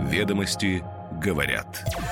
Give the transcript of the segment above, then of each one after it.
Ведомости говорят.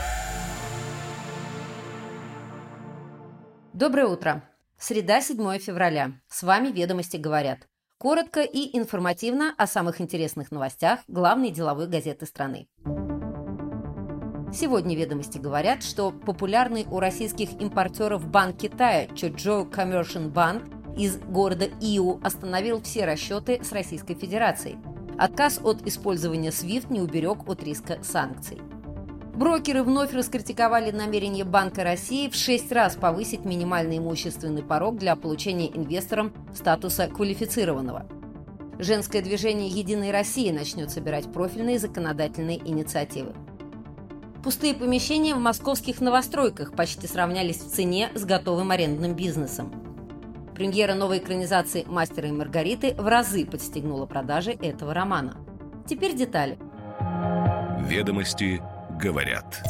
Доброе утро. Среда, 7 февраля. С вами «Ведомости говорят». Коротко и информативно о самых интересных новостях главной деловой газеты страны. Сегодня «Ведомости говорят», что популярный у российских импортеров Банк Китая Чжоу Commercial Bank из города Иу остановил все расчеты с Российской Федерацией. Отказ от использования SWIFT не уберег от риска санкций. Брокеры вновь раскритиковали намерение Банка России в 6 раз повысить минимальный имущественный порог для получения инвесторам статуса квалифицированного. Женское движение «Единая Россия» начнет собирать профильные законодательные инициативы. Пустые помещения в московских новостройках почти сравнялись в цене с готовым арендным бизнесом. Премьера новой экранизации «Мастера и Маргариты» в разы подстегнула продажи этого романа. Теперь детали. Ведомости говорят.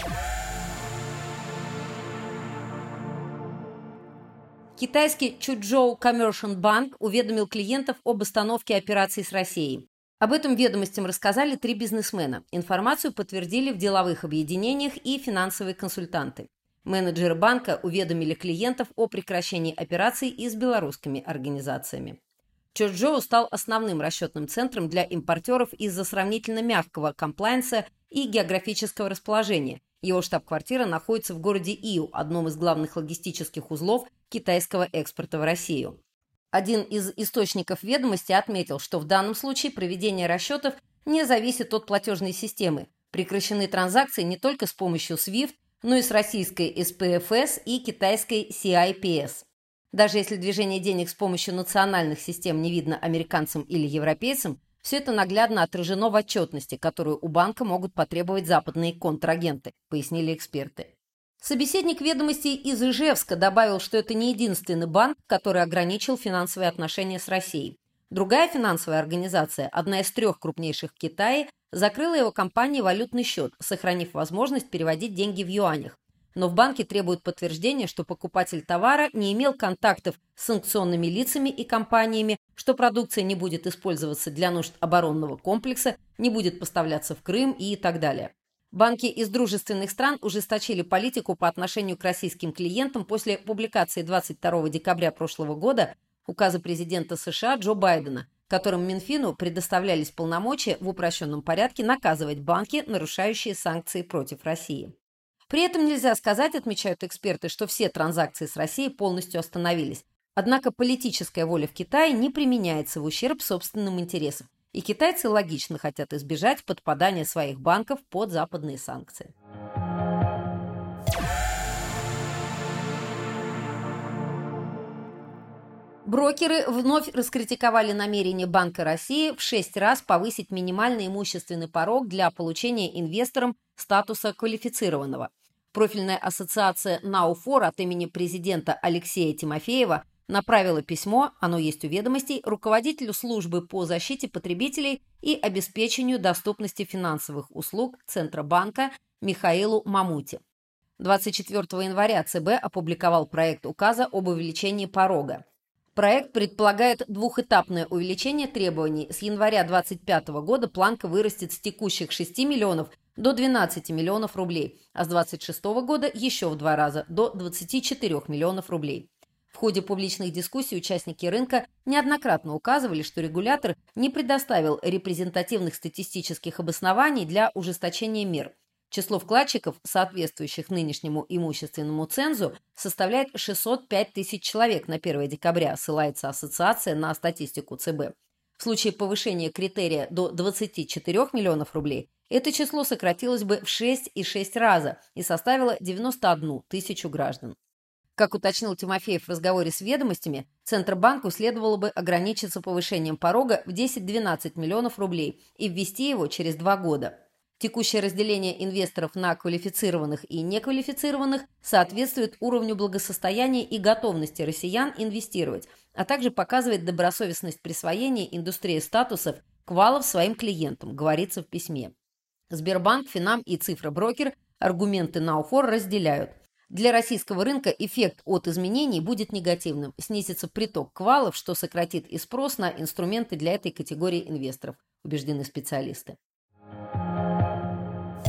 Китайский Чжоу Commercial Bank уведомил клиентов об остановке операций с Россией. Об этом ведомостям рассказали 3 бизнесмена. Информацию подтвердили в деловых объединениях и финансовые консультанты. Менеджеры банка уведомили клиентов о прекращении операций и с белорусскими организациями. Чжоу стал основным расчетным центром для импортеров из-за сравнительно мягкого комплаенса и географического расположения. Его штаб-квартира находится в городе Иу, одном из главных логистических узлов китайского экспорта в Россию. Один из источников ведомости отметил, что в данном случае проведение расчетов не зависит от платежной системы. Прекращены транзакции не только с помощью SWIFT, но и с российской СПФС и китайской CIPS. Даже если движение денег с помощью национальных систем не видно американцам или европейцам, все это наглядно отражено в отчетности, которую у банка могут потребовать западные контрагенты, пояснили эксперты. Собеседник ведомостей из Ижевска добавил, что это не единственный банк, который ограничил финансовые отношения с Россией. Другая финансовая организация, одна из 3 крупнейших в Китае, закрыла его компании валютный счет, сохранив возможность переводить деньги в юанях. Но в банке требуют подтверждения, что покупатель товара не имел контактов с санкционными лицами и компаниями, что продукция не будет использоваться для нужд оборонного комплекса, не будет поставляться в Крым и так далее. Банки из дружественных стран ужесточили политику по отношению к российским клиентам после публикации 22 декабря прошлого года указа президента США Джо Байдена, которым Минфину предоставлялись полномочия в упрощенном порядке наказывать банки, нарушающие санкции против России. При этом нельзя сказать, отмечают эксперты, что все транзакции с Россией полностью остановились. Однако политическая воля в Китае не применяется в ущерб собственным интересам, и китайцы логично хотят избежать подпадания своих банков под западные санкции. Брокеры вновь раскритиковали намерение Банка России в 6 раз повысить минимальный имущественный порог для получения инвесторам статуса квалифицированного. Профильная ассоциация «Науфор» от имени президента Алексея Тимофеева направила письмо, оно есть у ведомостей, руководителю службы по защите потребителей и обеспечению доступности финансовых услуг Центробанка Михаилу Мамути. 24 января ЦБ опубликовал проект указа об увеличении порога. Проект предполагает двухэтапное увеличение требований. С января 2025 года планка вырастет с текущих 6 миллионов до 12 миллионов рублей, а с 2026 года еще в 2 раза, до 24 миллионов рублей. В ходе публичных дискуссий участники рынка неоднократно указывали, что регулятор не предоставил репрезентативных статистических обоснований для ужесточения мер. Число вкладчиков, соответствующих нынешнему имущественному цензу, составляет 605 тысяч человек на 1 декабря, ссылается ассоциация на статистику ЦБ. В случае повышения критерия до 24 миллионов рублей это число сократилось бы в 6,6 раза и составило 91 тысячу граждан. Как уточнил Тимофеев в разговоре с ведомостями, Центробанку следовало бы ограничиться повышением порога в 10-12 миллионов рублей и ввести его через 2 года. Текущее разделение инвесторов на квалифицированных и неквалифицированных соответствует уровню благосостояния и готовности россиян инвестировать, а также показывает добросовестность присвоения индустрии статусов квалов своим клиентам, говорится в письме. Сбербанк, Финам и Цифроброкер аргументы Науфор разделяют. Для российского рынка эффект от изменений будет негативным. Снизится приток квалов, что сократит и спрос на инструменты для этой категории инвесторов, убеждены специалисты.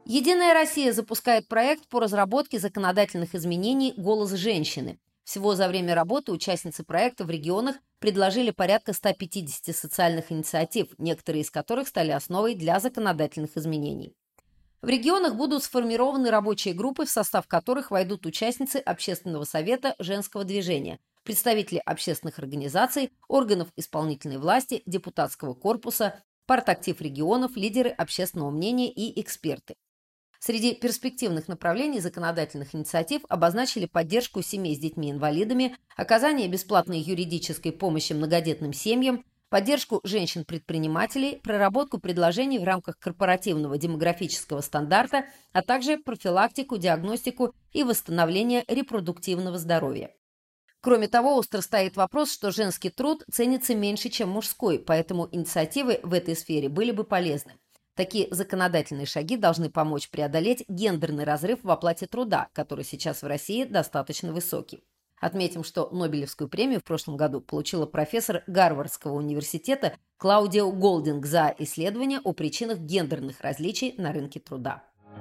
Единая Россия запускает проект по разработке законодательных изменений «Голос женщины». Всего за время работы участницы проекта в регионах предложили порядка 150 социальных инициатив, некоторые из которых стали основой для законодательных изменений. В регионах будут сформированы рабочие группы, в состав которых войдут участницы Общественного совета женского движения, представители общественных организаций, органов исполнительной власти, депутатского корпуса, партактив регионов, лидеры общественного мнения и эксперты. Среди перспективных направлений законодательных инициатив обозначили поддержку семей с детьми-инвалидами, оказание бесплатной юридической помощи многодетным семьям, поддержку женщин-предпринимателей, проработку предложений в рамках корпоративного демографического стандарта, а также профилактику, диагностику и восстановление репродуктивного здоровья. Кроме того, остро стоит вопрос, что женский труд ценится меньше, чем мужской, поэтому инициативы в этой сфере были бы полезны. Такие законодательные шаги должны помочь преодолеть гендерный разрыв в оплате труда, который сейчас в России достаточно высокий. Отметим, что Нобелевскую премию в прошлом году получила профессор Гарвардского университета Клаудия Голдинг за исследование о причинах гендерных различий на рынке труда.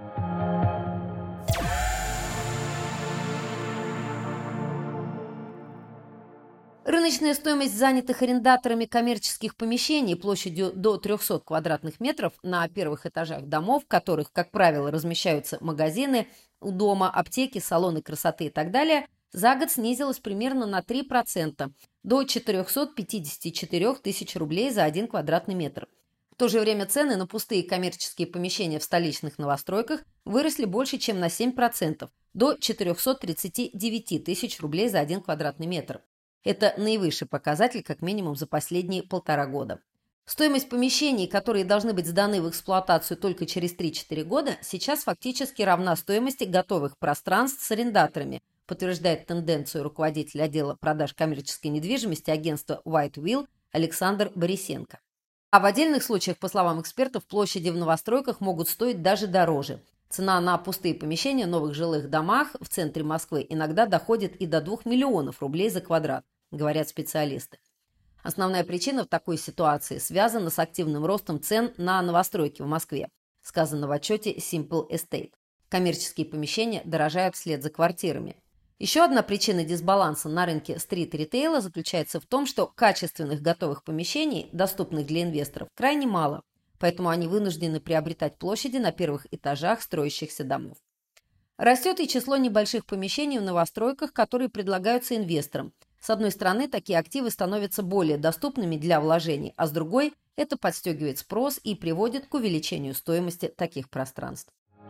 Рыночная стоимость занятых арендаторами коммерческих помещений площадью до 300 квадратных метров на первых этажах домов, в которых, как правило, размещаются магазины у дома, аптеки, салоны красоты и так далее, за год снизилась примерно на 3% до 454 тысяч рублей за 1 квадратный метр. В то же время цены на пустые коммерческие помещения в столичных новостройках выросли больше, чем на 7% до 439 тысяч рублей за 1 квадратный метр. Это наивысший показатель как минимум за последние 1,5 года. Стоимость помещений, которые должны быть сданы в эксплуатацию только через 3-4 года, сейчас фактически равна стоимости готовых пространств с арендаторами, подтверждает тенденцию руководитель отдела продаж коммерческой недвижимости агентства White Wheel Александр Борисенко. А в отдельных случаях, по словам экспертов, площади в новостройках могут стоить даже дороже. Цена на пустые помещения в новых жилых домах в центре Москвы иногда доходит и до 2 миллионов рублей за квадрат, говорят специалисты. Основная причина в такой ситуации связана с активным ростом цен на новостройки в Москве, сказано в отчете Simple Estate. Коммерческие помещения дорожают вслед за квартирами. Еще одна причина дисбаланса на рынке стрит-ритейла заключается в том, что качественных готовых помещений, доступных для инвесторов, крайне мало, поэтому они вынуждены приобретать площади на первых этажах строящихся домов. Растет и число небольших помещений в новостройках, которые предлагаются инвесторам. С одной стороны, такие активы становятся более доступными для вложений, а с другой – это подстегивает спрос и приводит к увеличению стоимости таких пространств.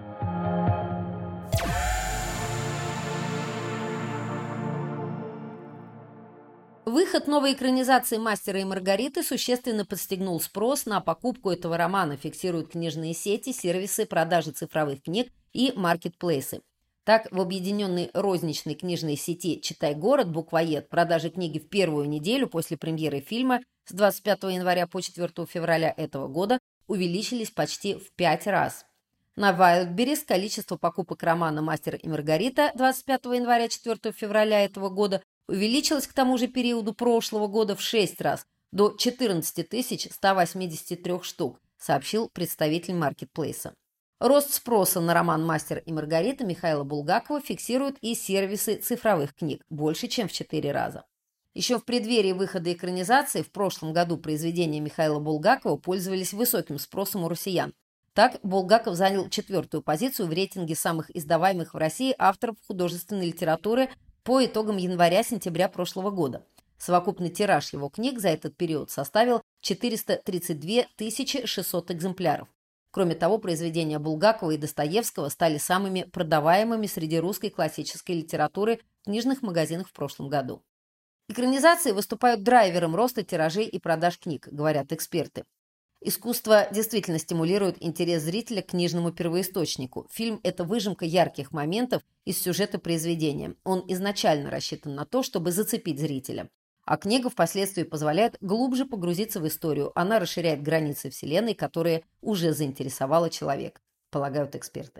Выход новой экранизации «Мастера и Маргариты» существенно подстегнул спрос на покупку этого романа, фиксируют книжные сети, сервисы продажи цифровых книг и маркетплейсы. Так, в объединенной розничной книжной сети «Читай город» «Буквоед» продажи книги в первую неделю после премьеры фильма с 25 января по 4 февраля этого года увеличились почти в 5 раз. На Wildberries количество покупок романа «Мастер и Маргарита» 25 января 4 февраля этого года увеличилось к тому же периоду прошлого года в 6 раз, до 14 183 штук, сообщил представитель маркетплейса. Рост спроса на роман «Мастер и Маргарита» Михаила Булгакова фиксируют и сервисы цифровых книг, больше, чем в 4 раза. Еще в преддверии выхода экранизации в прошлом году произведения Михаила Булгакова пользовались высоким спросом у россиян. Так, Булгаков занял 4-ю позицию в рейтинге самых издаваемых в России авторов художественной литературы по итогам января-сентября прошлого года. Совокупный тираж его книг за этот период составил 432 600 экземпляров. Кроме того, произведения Булгакова и Достоевского стали самыми продаваемыми среди русской классической литературы в книжных магазинах в прошлом году. Экранизации выступают драйвером роста тиражей и продаж книг, говорят эксперты. Искусство действительно стимулирует интерес зрителя к книжному первоисточнику. Фильм – это выжимка ярких моментов из сюжета произведения. Он изначально рассчитан на то, чтобы зацепить зрителя. А книга впоследствии позволяет глубже погрузиться в историю. Она расширяет границы вселенной, которая уже заинтересовала человека, полагают эксперты.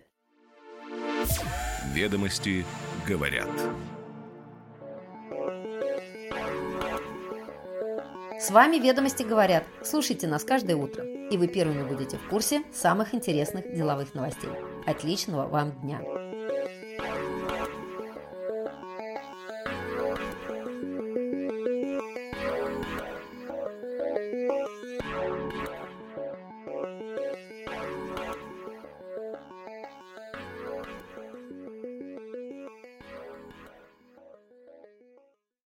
Ведомости говорят. С вами «Ведомости говорят». Слушайте нас каждое утро, и вы первыми будете в курсе самых интересных деловых новостей. Отличного вам дня!